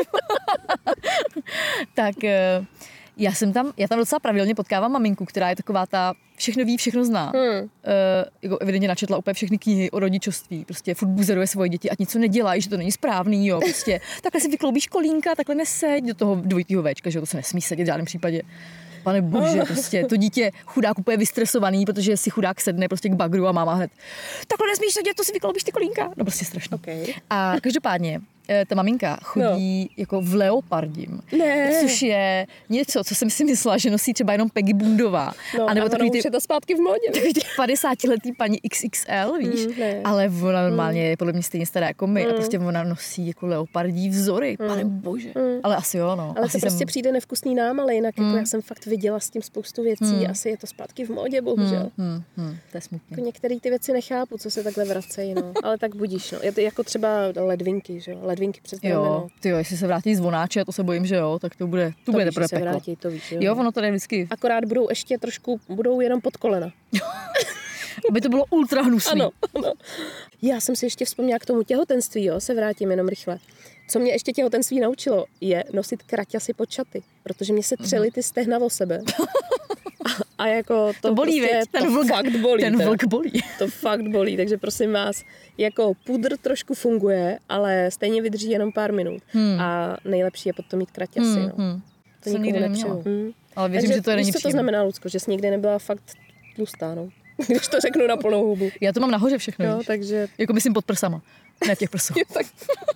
tak já jsem tam, já tam docela pravidelně potkávám maminku, která je taková ta, všechno ví, všechno zná. Hmm. Uh, jako evidentně načetla úplně všechny knihy o rodičovství, prostě furt buzeruje svoje děti, ať něco nedělají, že to není správný, jo, prostě takhle si vykloubíš kolínka, takhle neseď do toho dvojitýho véčka, že jo, to se nesmí sedět v žádném případě. Pane bože, prostě to dítě chudák úplně vystresovaný, protože si chudák sedne prostě k bagru a máma hned takhle nesmíš sedět, to si vykloubíš ty kolínka. No prostě strašně. Okay. A každopádně ta maminka chodí no. jako v leopardím, ne. což je něco, co jsem si myslela, že nosí třeba jenom Peggy Bundová. No, a nebo takový ty, to zpátky v módě. Takový ty padesátiletý paní iks iks el, víš? Mm, ale ona normálně mm. je podle mě stejně stará jako my mm. a prostě ona nosí jako leopardí vzory. Mm. Pane bože. Mm. Ale asi jo, no. Ale asi to prostě jsem... přijde nevkusný nám, ale jinak mm. jako já jsem fakt viděla s tím spoustu věcí. Mm. Asi je to zpátky v módě, bohužel. Mm. Mm. Mm. To je smutné. Jako některé ty věci nechápu, co se takhle vracejí, no. Ale tak budíš, no. Je to jako třeba ledvinky, že jo? Ledvinky přes jo, ty jo, jestli se vrátí zvonáče, to se bojím, že jo, tak to bude, to, to bude teprve peklo. Vrátí, to víš, jo. jo, ono to je vždycky. Akorát budou ještě trošku, budou jenom pod kolena. Aby to bylo ultra hnusný. Ano, ano. Já jsem si ještě vzpomněla k tomu těhotenství, jo, se vrátím jenom rychle. Co mě ještě těhotenství naučilo, je nosit kraťasy pod šaty, protože mě se třely ty stehna o sebe. A, a jako to, to bolí, prostě, ten to vlk, fakt bolí. Ten vlk bolí. To fakt bolí, takže prosím vás, jako pudr trošku funguje, ale stejně vydrží jenom pár minut. Hmm. A nejlepší je potom mít kraťasy, hmm, no. Hmm. To jsem nikdy neměla. Hmm. Ale věřím, takže, že to je není co to znamená, Lucko, že jsi nikdy nebyla fakt tlustá, no? Když to řeknu na plnou hubu. Já to mám nahoře všechno, jo, víš? Takže... Jako myslím pod prsama. Ne v těch prsou. tak...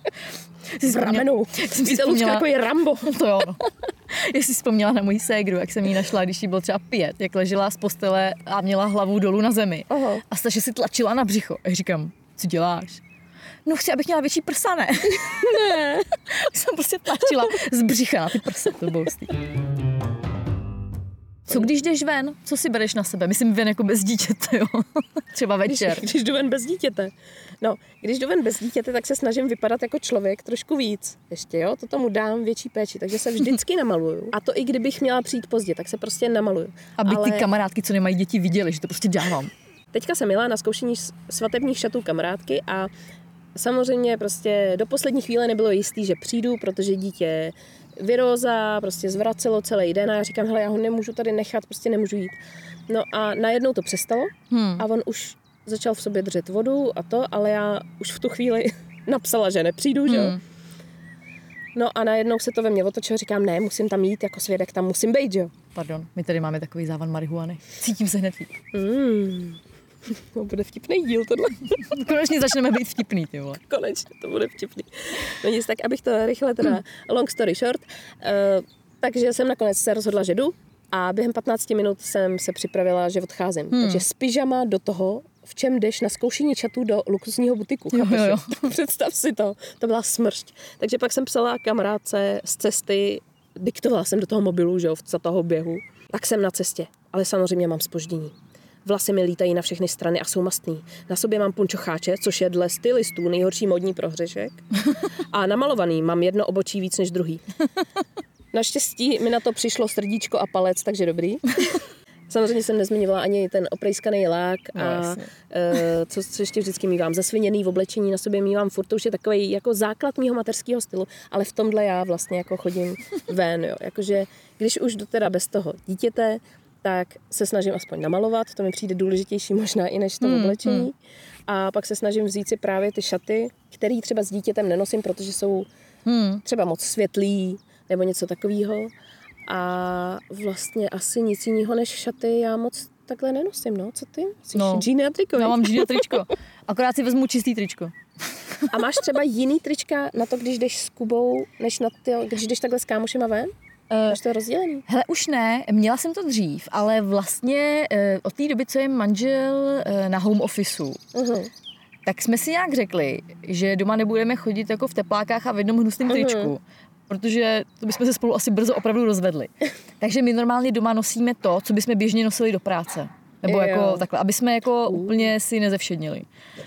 V ramenou. Víte, Lucka jako je Rambo. To jo, no. Já si vzpomněla na moji ségru, jak jsem jí našla, když jí bylo třeba pět, jak ležela z postele a měla hlavu dolů na zemi. Aha. A strašně si tlačila na břicho. A říkám, co děláš? No chci, abych měla větší prsa, ne? Ne. Jsem prostě tlačila z břicha na ty prsa, to bylo hustý. Co když jdeš ven? Co si bereš na sebe? Myslím ven jako bez dítěte, jo? Třeba večer. Když, když jdu ven bez dítěte. No, když jdu ven bez dítěte, tak se snažím vypadat jako člověk trošku víc. Ještě, jo? To tomu dám větší péči, takže se vždycky namaluju. A to i kdybych měla přijít pozdě, tak se prostě namaluju. Aby Ale... ty kamarádky, co nemají děti, viděly, že to prostě dělám. Teďka jsem jela na zkoušení svatebních šatů kamarádky a samozřejmě prostě do poslední chvíle nebylo jistý, že přijdu, protože dítě viróza, prostě zvracelo celý den a já říkám, hele, já ho nemůžu tady nechat, prostě nemůžu jít. No a najednou to přestalo hmm. a on už začal v sobě držet vodu a to, ale já už v tu chvíli napsala, že nepřijdu, hmm. že jo. No a najednou se to ve mně otočilo, říkám, ne, musím tam jít, jako svědek tam musím být, že jo. Pardon, my tady máme takový závan marihuany. Cítím se hned líp. Mm. To bude vtipný díl tohle. Konečně začneme být vtipný, ty vole. Konečně to bude vtipný. No nic, tak abych to rychle teda, long story short, uh, takže jsem nakonec se rozhodla, že jdu a během patnácti minut jsem se připravila, že odcházím. Hmm. Takže s pyžama do toho, v čem jdeš na zkoušení čatů do luxusního butiku. Jo, jo, jo. Představ si to, to byla smršť. Takže pak jsem psala kamarádce z cesty, diktovala jsem do toho mobilu, že jo, za toho běhu. Tak jsem na cestě, ale samozřejmě mám zpoždění. Vlasy mi lítají na všechny strany a jsou mastný. Na sobě mám punčocháče, což je dle stylistů nejhorší modní prohřešek. A namalovaný mám jedno obočí víc než druhý. Naštěstí mi na to přišlo srdíčko a palec, takže dobrý. Samozřejmě jsem nezmiňovala ani ten oprejskaný lák a no, uh, co, co ještě vždycky mívám. Zasviněný v oblečení na sobě mívám furt, to už je takový jako základ mýho mateřského stylu, ale v tomhle já vlastně jako chodím ven, jo. Jakože když už jdu teda bez toho dítěte, tak se snažím aspoň namalovat, to mi přijde důležitější možná i než to hmm, oblečení. Hmm. A pak se snažím vzít si právě ty šaty, které třeba s dítětem nenosím, protože jsou hmm. třeba moc světlý nebo něco takového. A vlastně asi nic jiného než šaty já moc takhle nenosím, no. Co ty? Jsi no. džíny a triko? Já mám džíny a tričko. Akorát si vezmu čistý tričko. A máš třeba jiný trička na to, když jdeš s Kubou, než na ty, když jdeš takhle s kámošema ven? Uh, Máš to rozdělený? Hele, už ne. Měla jsem to dřív, ale vlastně uh, od té doby, co je manžel uh, na home officeu, uh-huh. tak jsme si nějak řekli, že doma nebudeme chodit jako v teplákách a v jednom hnusném uh-huh. tričku. Protože to bychom se spolu asi brzo opravdu rozvedli. Takže my normálně doma nosíme to, co bychom běžně nosili do práce. Nebo jo. jako takhle, aby jsme jako uh. úplně si nezevšednili.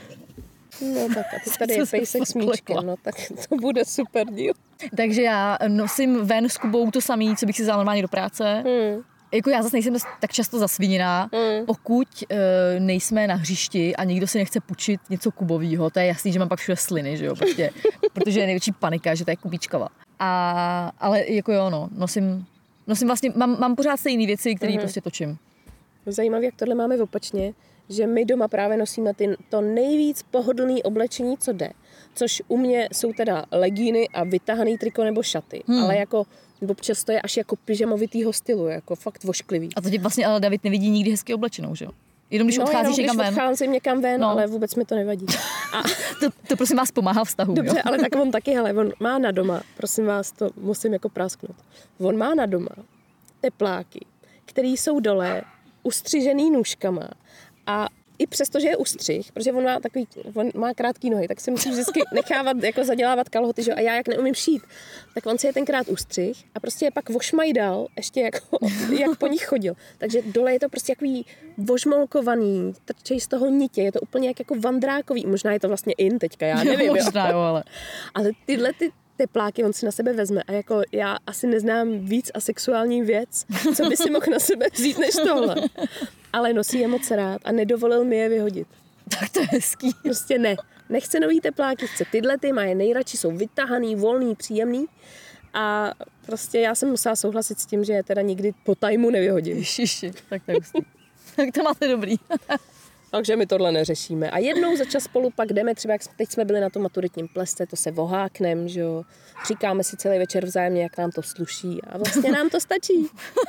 No tak a ty tady je pejsek s míčkem, no tak to bude super díl. Takže já nosím ven s Kubou to samé, co bych si vzala normálně do práce. Hmm. Jako já zase nejsem tak často zasviněná, hmm. pokud uh, nejsme na hřišti a nikdo si nechce půjčit něco Kubovýho, to je jasný, že mám pak všude sliny, že jo, prostě, protože je největší panika, že to je Kubíčkova. A, ale jako jo, no, nosím, nosím vlastně, mám, mám pořád stejné věci, které hmm. prostě točím. Zajímavé, jak tohle máme opačně, že my doma právě nosíme ty, to nejvíc pohodlný oblečení, co jde. Což u mě jsou teda legíny a vytahaný triko nebo šaty, hmm. ale jako občas to je až jako pyžamovitýho stylu, jako fakt vošklivý. A to tě vlastně ale David nevidí nikdy hezky oblečenou, že jo? Jenom když no, odcházíš jenom, někam ven. když odcházím někam ven, no. ale vůbec mi to nevadí. A to, to prosím vás pomáhá vztahu, dobře, jo? ale tak on taky, hele, on má na doma, prosím vás, to musím jako prásknout. On má na doma tepláky, které jsou dole ustřižený nůžkama a i přesto, že je ustřih, protože on má takový, on má krátký nohy, tak si musím vždycky nechávat, jako zadělávat kalhoty, že? A já jak neumím šít, tak on si je tenkrát ustřih a prostě je pak vošmajdal, ještě jako, jak po nich chodil. Takže dole je to prostě takový vožmolkovaný, trčej z toho nitě, je to úplně jak jako vandrákový, možná je to vlastně in teďka, já nevím. Jo, možná, jo, ale. ale tyhle ty tepláky on si na sebe vezme a jako já asi neznám víc asexuální věc, co by si mohl na sebe vzít než tohle. Ale nosí je moc rád a nedovolil mi je vyhodit. Tak to je hezký. Prostě ne. Nechce nový tepláky, chce tyhle ty, má je nejradši, jsou vytahaný, volný, příjemný a prostě já jsem musela souhlasit s tím, že je teda nikdy po tajmu nevyhodím. Ježiši, tak to je hustý. Tak to máte dobrý. Takže my tohle neřešíme. A jednou za čas spolu pak jdeme, třeba jak teď jsme byli na tom maturitním plesce, to se voháknem, že jo. Říkáme si celý večer vzájemně, jak nám to sluší a vlastně nám to stačí.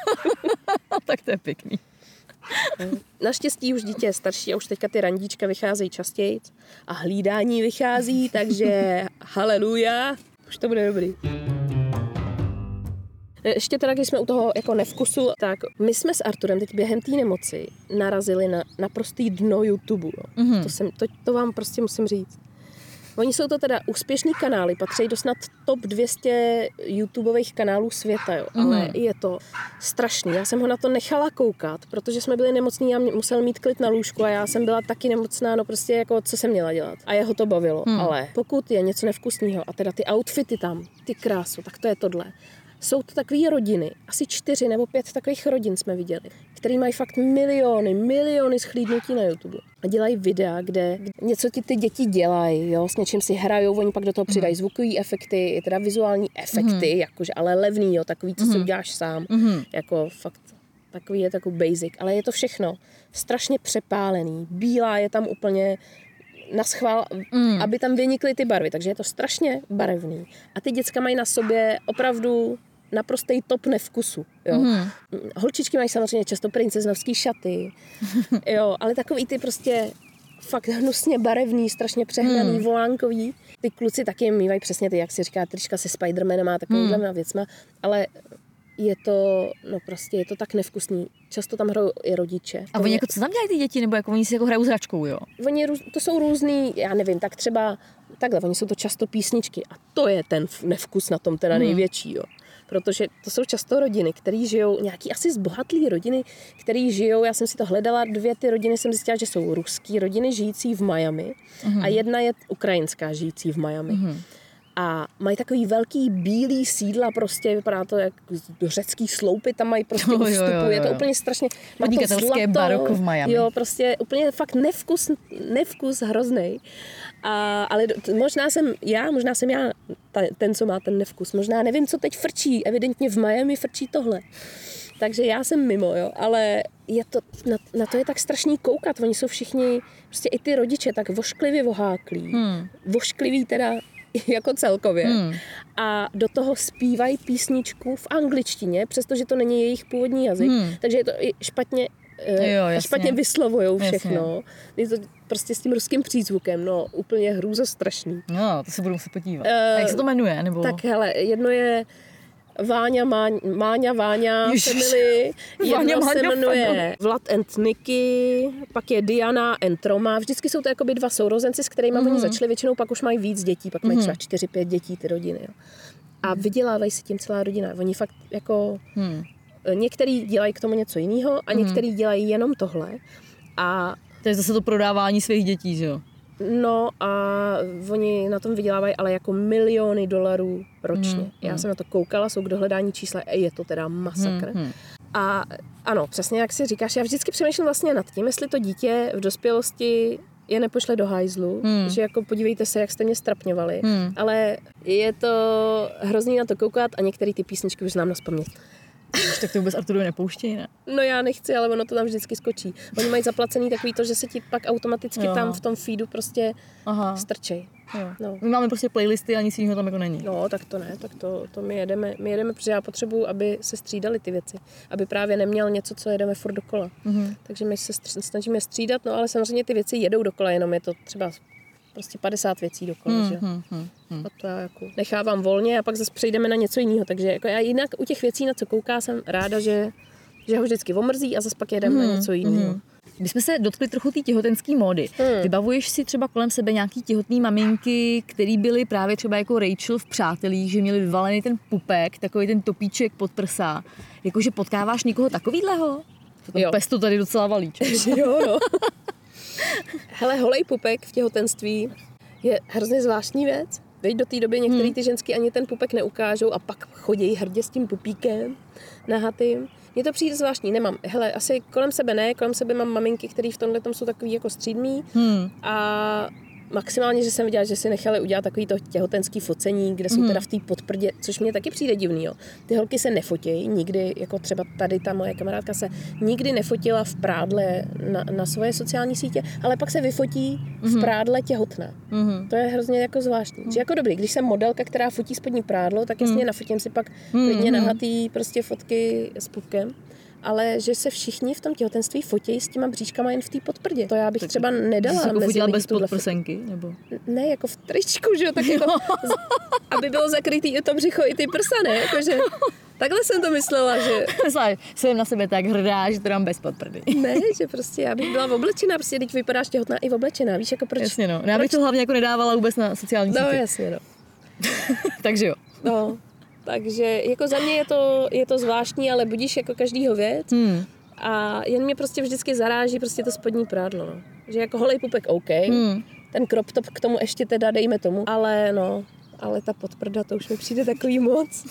Tak to je pěkný. Naštěstí už dítě je starší a už teďka ty randíčka vycházejí častěji a hlídání vychází, takže haleluja, už to bude dobrý. Ještě teda, když jsme u toho jako nevkusu, tak my jsme s Arturem teď během té nemoci narazili na naprostý dno YouTube. Mm-hmm. To, jsem, to, to vám prostě musím říct. Oni jsou to teda úspěšný kanály, patří do snad top dvě stě YouTubeových kanálů světa, jo. Mm-hmm. Ale je to strašný. Já jsem ho na to nechala koukat, protože jsme byli nemocní a musel mít klid na lůžku a já jsem byla taky nemocná, no prostě jako co jsem měla dělat. A jeho to bavilo. Mm. Ale pokud je něco nevkusného a teda ty outfity tam, ty krásu, tak to je tohle. Jsou to takové rodiny, asi čtyři nebo pět takových rodin jsme viděli, který mají fakt miliony, miliony schlídnutí na YouTube. A dělají videa, kde něco ti ty děti dělají, jo, s něčím si hrajou, oni pak do toho přidají zvukové efekty, teda vizuální efekty, mm. jakože, ale levný, jo, takový, co mm. si uděláš sám, mm. jako fakt takový je takový basic, ale je to všechno strašně přepálený, bílá je tam úplně naschvál, mm. aby tam vynikly ty barvy, takže je to strašně barevný. A ty děcka mají na sobě opravdu naprostý top nevkusu, jo. Mm. Holčičky mají samozřejmě často princeznovský šaty, jo, ale takový ty prostě fakt hnusně barevný, strašně přehnaný, mm. volánkový. Ty kluci taky mývají přesně ty, jak si říká, trička se Spidermanem a takovýhle mm. věcma, ale je to, no prostě je to tak nevkusný. Často tam hrajou i rodiče. A oni jako co tam dělají ty děti, nebo jako oni si jako hrajou s hračkou, jo? Oni, to jsou různý, já nevím, tak třeba takhle, oni jsou to často písničky a to je ten nevkus na tom teda největší, jo. Protože to jsou často rodiny, které žijou, nějaký asi zbohatlý rodiny, které žijou, já jsem si to hledala, dvě ty rodiny jsem zjistila, že jsou ruský rodiny žijící v Miami mm. a jedna je ukrajinská žijící v Miami. Mm. A mají takový velký bílý sídla, prostě vypadá to jak řecký sloupy, tam mají prostě jo, u vstupu, jo, jo. je to úplně strašně, má to Podnikatelské baroko v Miami. Jo, prostě úplně fakt nevkus, nevkus hroznej. A, ale možná jsem já, možná jsem já ta, ten, co má ten nevkus, možná nevím, co teď frčí, evidentně v Miami frčí tohle. Takže já jsem mimo, jo, ale je to, na, na to je tak strašný koukat, oni jsou všichni, prostě i ty rodiče tak vošklivě voháklí, hmm. voškliví teda jako celkově. Hmm. A do toho zpívají písničku v angličtině, přestože to není jejich původní jazyk. Hmm. Takže je to i špatně, jo, špatně vyslovujou všechno. Jasně. Je to prostě s tím ruským přízvukem, no úplně hrůzostrašný. No, to se budu muset podívat. Uh, A jak se to jmenuje? Nebo... Tak hele, jedno je Váňa, Máňa, Máňa, Váňa, Family, jedno se jmenuje Vlad and Niky, pak je Diana and Roma, vždycky jsou to jakoby dva sourozenci, s kterými mm-hmm. oni začali, většinou pak už mají víc dětí, pak mm-hmm. mají třeba čtyři, pět dětí ty rodiny. Jo. A vydělávají si tím celá rodina. Oni fakt jako, hmm. některý dělají k tomu něco jiného a některý hmm. dělají jenom tohle. A to je zase to prodávání svých dětí, že jo? No a oni na tom vydělávají ale jako miliony dolarů ročně. Hmm, Já hmm. jsem na to koukala, jsou k dohledání čísla a je to teda masakr. Hmm, hmm. A ano, přesně jak si říkáš, já vždycky přemýšlím vlastně nad tím, jestli to dítě v dospělosti je nepošle do hajzlu, hmm. že jako podívejte se, jak jste mě strapňovali, hmm. ale je to hrozný na to koukat a některé ty písničky už znám nazpaměť. Tak to vůbec Arturovi nepouštějí, ne? No já nechci, ale ono to tam vždycky skočí. Oni mají zaplacený takový to, že se ti pak automaticky jo. tam v tom feedu prostě Aha. strčej. Jo. No. My máme prostě playlisty a nic jiného tam jako není. No, tak to ne, tak to, to my jedeme, my jedeme, protože já potřebuju, aby se střídaly ty věci. Aby právě neměl něco, co jedeme furt dokola. Mm-hmm. Takže my se snažíme střídat, no ale samozřejmě ty věci jedou dokola, jenom je to třeba prostě padesát věcí dokola, hmm, že? Hmm, hmm, hmm. A to já jako nechávám volně a pak zase přejdeme na něco jiného. Takže jako já jinak u těch věcí, na co kouká, jsem ráda, že, že ho vždycky omrzí a zase pak jedeme hmm, na něco jiného. Hmm. My jsme se dotkli trochu té těhotenské módy. Hmm. Vybavuješ si třeba kolem sebe nějaký těhotný maminky, který byly právě třeba jako Rachel v Přátelích, že měli vyvalený ten pupek, takový ten topíček pod prsa. Jakože potkáváš někoho takovýhleho? To pesto tady docela valí. Jo, no. Hele, holej pupek v těhotenství je hrozně zvláštní věc. Veď do té doby některé ty ženský ani ten pupek neukážou a pak chodí hrdě s tím pupíkem nahatým. Mně to přijde zvláštní, nemám. Hele, asi kolem sebe ne, kolem sebe mám maminky, které v tomhle tom jsou takový jako střídmý hmm. a maximálně, že jsem viděla, že si nechali udělat takový to těhotenský focení, kde jsou hmm. teda v té podprdě, což mě taky přijde divný, jo. Ty holky se nefotějí, nikdy, jako třeba tady ta moje kamarádka se nikdy nefotila v prádle na, na svoje sociální sítě, ale pak se vyfotí v hmm. prádle těhotná. Hmm. To je hrozně jako zvláštní. Hmm. Že jako dobrý, když jsem modelka, která fotí spodní prádlo, tak jasně hmm. nafotím si pak hmm. klidně nahatý prostě fotky s pupkem. Ale že se všichni v tom těhotenství fotějí s těma bříškama jen v té podprdě. To já bych třeba nedala. Jsi jako fotila bez podprsenky? Nebo? Ne, jako v tričku, že jo, tak jako, aby bylo zakrytý i to břicho, i ty prsa, ne? Jakože, takhle jsem to myslela, že... Myslím, jsem na sebe tak hrdá, že to dám bez podprdy. Ne, že prostě já bych byla oblečená, prostě teď vypadáš těhotná i oblečená, víš, jako proč? Jasně, no. Já bych to hlavně jako nedávala vůbec na sociální sítě. No, jasně, no. Takže jo. No. Takže jako za mě je to, je to zvláštní, ale budíš jako každýho věc. Hmm. A jen mě prostě vždycky zaráží prostě to spodní prádlo. No. Že jako holej pupek OK, hmm. ten crop top k tomu ještě teda dejme tomu, ale no, ale ta podprda, to už mi přijde takový moc.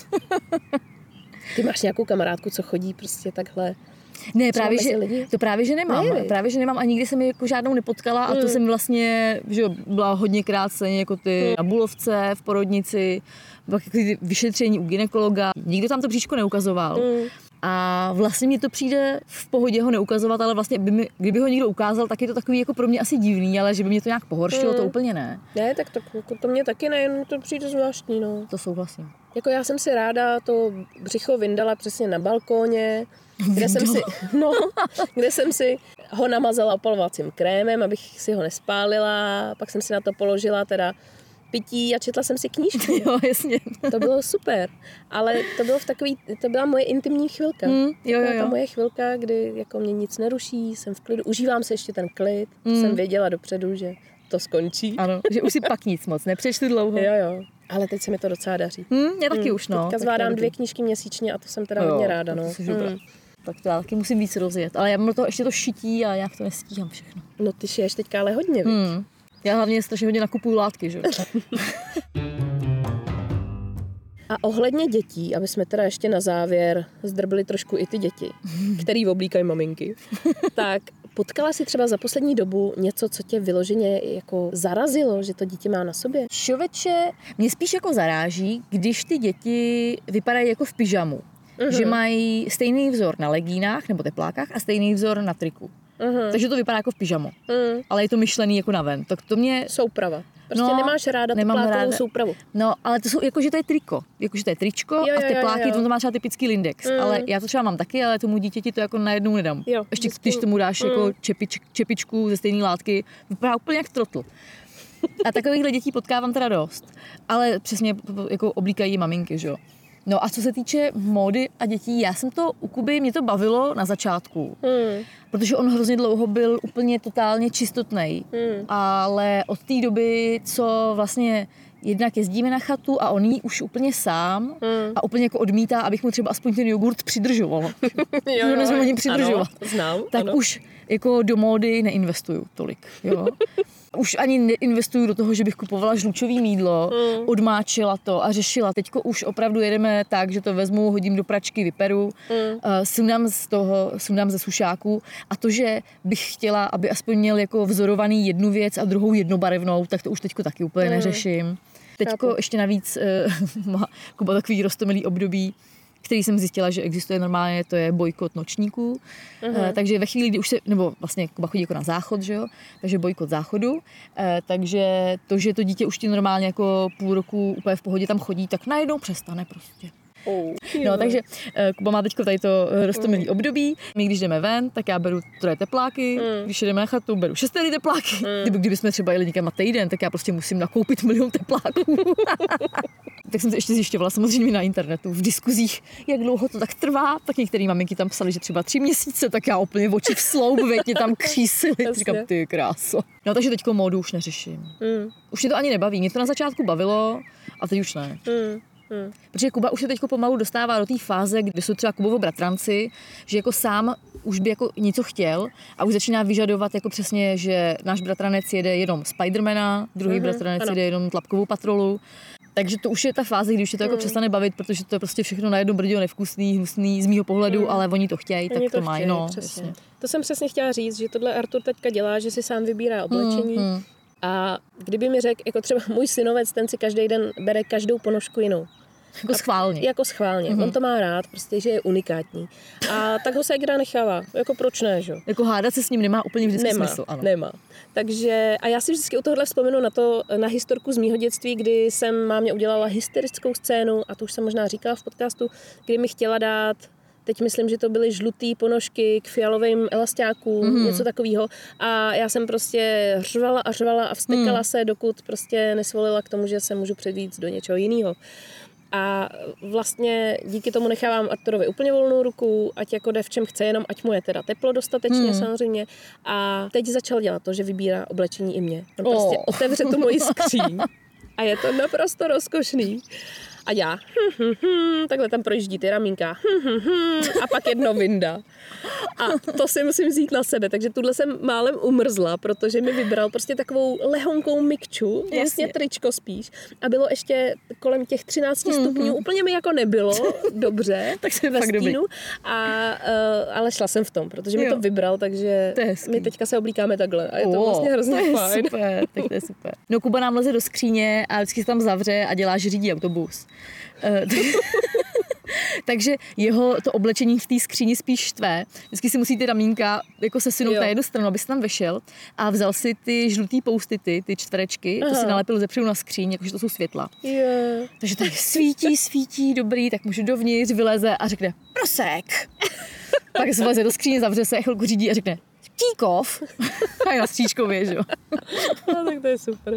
Ty máš nějakou kamarádku, co chodí prostě takhle? Ne, právě že, to právě, že nemám. Ne, právě, že nemám a nikdy jsem ji jako žádnou nepotkala a mm. to jsem vlastně, že byla hodněkrát stejně jako ty mm. na Bulovce, v porodnici, pak jako vyšetření u gynekologa. Nikdo tam to bříško neukazoval. Mm. A vlastně mi to přijde v pohodě ho neukazovat, ale vlastně by mi, kdyby ho někdo ukázal, tak je to takový jako pro mě asi divný, ale že by mě to nějak pohoršilo, mm. to úplně ne. Ne, tak to, to, to mě taky ne, jen to přijde zvláštní, no. To souhlasím. Jako já jsem si ráda to břicho vyndala přesně na balkóně, kde jsem si, no, kde jsem si ho namazala opalovacím krémem, abych si ho nespálila, pak jsem si na to položila teda pití a četla jsem si knížku. Jo, jasně. To bylo super, ale to bylo v takový, to byla moje intimní chvilka. Mm, jo, jo, jo. Ta moje chvilka, kdy jako mě nic neruší, jsem v klidu, užívám si ještě ten klid, mm. jsem věděla dopředu, že to skončí. Ano, že už si pak nic moc, nepřečtu dlouho. Jo, jo. Ale teď se mi to docela daří. Mm, já taky mm, už, no. Teďka zvládám dvě knížky měsíčně a to jsem teda jo, hodně ráda, no. Mm. Tak to já taky musím víc rozjet. Ale já mám to ještě to šití a jak to nestíhám všechno. No ty šiješ teďka ale hodně, víš? Hmm. Já hlavně strašně hodně nakupuju látky, že? A ohledně dětí, aby jsme teda ještě na závěr zdrbili trošku i ty děti, který oblíkají maminky, tak potkala jsi třeba za poslední dobu něco, co tě vyloženě jako zarazilo, že to dítě má na sobě? Čověče, mě spíš jako zaráží, když ty děti vypadají jako v pyžamu. Uh-huh. Že mají stejný vzor na legínách nebo teplákách a stejný vzor na triku. Uh-huh. Takže to vypadá jako v pyžamu. Uh-huh. Ale je to myšlený jako na ven. Tak to mě... Souprava. Prostě no, nemáš ráda teplákovou ráda. soupravu. No, ale to jsou jako, že to je triko. Jako, že to je tričko jo, jo, a tepláky, jo, jo. to má třeba typický lindex. Mm. Ale já to třeba mám taky, ale tomu dítěti to jako najednou nedám. Jo, ještě vždycky. Když tomu dáš mm. jako čepič, čepičku ze stejné látky, vypadá úplně jak trotl. A takovýchhle dětí potkávám teda dost. Ale přesně jako oblíkají maminky, že jo. No a co se týče módy a dětí, já jsem to u Kuby, mě to bavilo na začátku, hmm. protože on hrozně dlouho byl úplně totálně čistotnej, hmm. ale od té doby, co vlastně jednak jezdíme na chatu a on jí už úplně sám hmm. a úplně jako odmítá, abych mu třeba aspoň ten jogurt přidržoval. jo, jo, jsme ho přidržovat. Ano, znám, tak ano. už jako do módy neinvestuju tolik, jo. Už ani neinvestuju do toho, že bych kupovala žlučový mýdlo, mm. odmáčila to a řešila. Teďko už opravdu jedeme tak, že to vezmu, hodím do pračky, vyperu, mm. uh, sundám z toho, sundám ze sušáku a to, že bych chtěla, aby aspoň měl jako vzorovaný jednu věc a druhou jednobarevnou, tak to už teďko taky úplně mm. neřeším. Teďko Chápu. ještě navíc uh, má Kuba takový roztomilý období, který jsem zjistila, že existuje normálně, to je bojkot nočníků. Uh-huh. Uh, takže ve chvíli, kdy už se, nebo vlastně Kuba chodí jako na záchod, že jo, takže bojkot záchodu. Uh, takže to, že to dítě už ti normálně jako půl roku úplně v pohodě tam chodí, tak najednou přestane prostě. Oh, no, takže uh, Kuba má teďko tady to roztomilý mm. období. My, když jdeme ven, tak já beru troje tepláky, mm. když jdeme na chatu, beru šestery tepláky. Mm. Kdyby, kdybychom třeba jeli někam na týden, tak já prostě musím nakoupit milion tepláků. Tak jsem to ještě zjišťovala samozřejmě na internetu, v diskuzích, jak dlouho to tak trvá. Tak některé maminky tam psaly, že třeba tři měsíce, tak já úplně v oči v sloup, veď mě tam křísily. Říkám, ty kráso. No, takže teďko módu už neřeším. Mm. Už mě to ani nebaví. Mě to na začátku bavilo a teď už ne. Mm. Hmm. Protože Kuba už se teď pomalu dostává do té fáze, kde jsou třeba Kubovo bratranci, že jako sám už by jako něco chtěl a už začíná vyžadovat jako přesně, že náš bratranec jede jenom Spidermana, druhý mm-hmm, bratranec ano. jede jenom Tlapkovou patrolu. Takže to už je ta fáze, kdy už je to jako mm. přestane bavit, protože to je prostě všechno najednou brdio nevkusný, hnusný z mýho pohledu, mm. ale oni to chtějí, tak to, to mají. No, přesně. To jsem přesně chtěla říct, že tohle Artur teďka dělá, že si sám vybírá oblečení. Mm, mm. A kdyby mi řekl, jako třeba můj synovec, ten si každý den bere každou ponožku jinou. Jako schválně. Jako schválně. Mm-hmm. On to má rád, prostě, že je unikátní. A tak ho se Egra nechává. Jako proč ne, že? Jako hádat se s ním nemá úplně vždycky nemá, smysl. Ano. Nemá. Takže, a já si vždycky u tohohle vzpomenu na to, na historku z mýho dětství, kdy jsem mámě udělala hysterickou scénu, a to už jsem možná říkala v podcastu, kdy mi chtěla dát, teď myslím, že to byly žlutý ponožky k fialovým elastákům, mm. něco takového. A já jsem prostě řvala a řvala a vztekala mm. se, dokud prostě nesvolila k tomu, že se můžu předvíct do něčeho jiného. A vlastně díky tomu nechávám Arturovi úplně volnou ruku, ať jako jde v čem chce, jenom ať mu je teda teplo dostatečně hmm. samozřejmě. A teď začal dělat to, že vybírá oblečení i mě. On oh. prostě otevře tu moji skříň a je to naprosto rozkošný. A já, hm, hm, hm, takhle tam projíždí ty ramínka, hm, hm, hm, a pak jedno vynda. A to si musím vzít na sebe, takže tuhle jsem málem umrzla, protože mi vybral prostě takovou lehonkou mikču, vlastně tričko spíš. A bylo ještě kolem těch třináct mm-hmm. stupňů, úplně mi jako nebylo dobře tak se ve fakt stínu, a, uh, ale šla jsem v tom, protože mi to vybral, takže my teďka se oblíkáme takhle a je to oh, vlastně hrozně to je fajn. Super, tak to je super. No Kuba nám leze do skříně a vždycky se tam zavře a dělá, že řídí autobus. Takže jeho to oblečení v té skříni spíš štve. Vždycky si musí ty ramínka jako sesunout na jednu stranu, aby se tam vešel a vzal si ty žlutý poustity, ty čtverečky, Aha. to si nalepil zepředu na skříň, jakože to jsou světla. Yeah. Takže tak svítí, svítí, dobrý, tak může dovnitř, vyleze a řekne prosek. Pak se vleze do skříně, zavře se, chvilku řídí a řekne Kíkov. A je na stříčkově, že jo. No, tak to je super.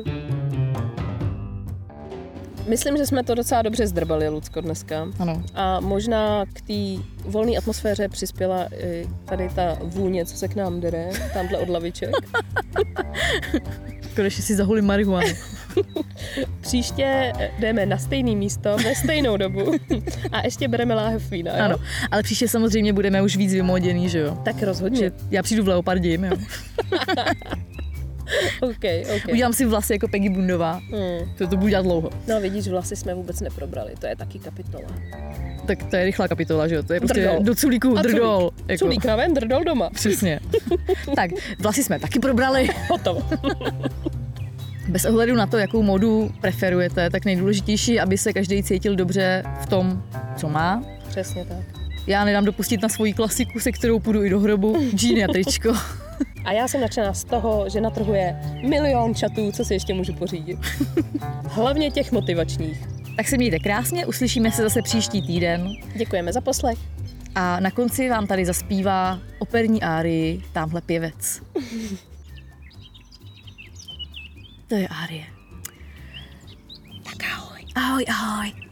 Myslím, že jsme to docela dobře zdrbali, Lucko, dneska. Ano. A možná k té volné atmosféře přispěla i tady ta vůně, co se k nám dere, tamhle od laviček. Konečně si zahuli marihuanu. Příště jdeme na stejné místo, ve stejnou dobu a ještě bereme láhev vína, jo? Ano, ale příště samozřejmě budeme už víc vymoděný, že jo? Tak rozhodně. Že já přijdu v leopardím, jo? okay, okay. Udělám si vlasy jako Peggy Bundová. Hmm. To to budu dělat dlouho. No vidíš, vlasy jsme vůbec neprobrali, to je taky kapitola. Tak to je rychlá kapitola, že jo? To je prostě Drdol. do culíku drdol. Culík. Jako. Culík na ven, drdol doma. Přesně. Tak, vlasy jsme taky probrali. Hotovo. Bez ohledu na to, jakou modu preferujete, tak nejdůležitější je, aby se každý cítil dobře v tom, co má. Přesně tak. Já nedám dopustit na svoji klasiku, se kterou půjdu i do hrobu, džíny a tričko. A já jsem nadšená z toho, že na trhu je milion čatů, co si ještě můžu pořídit. Hlavně těch motivačních. Tak se mějte krásně, uslyšíme se zase příští týden. Děkujeme za poslech. A na konci vám tady zaspívá operní árii Támhle pěvec. To je árie. Tak ahoj. Ahoj, ahoj.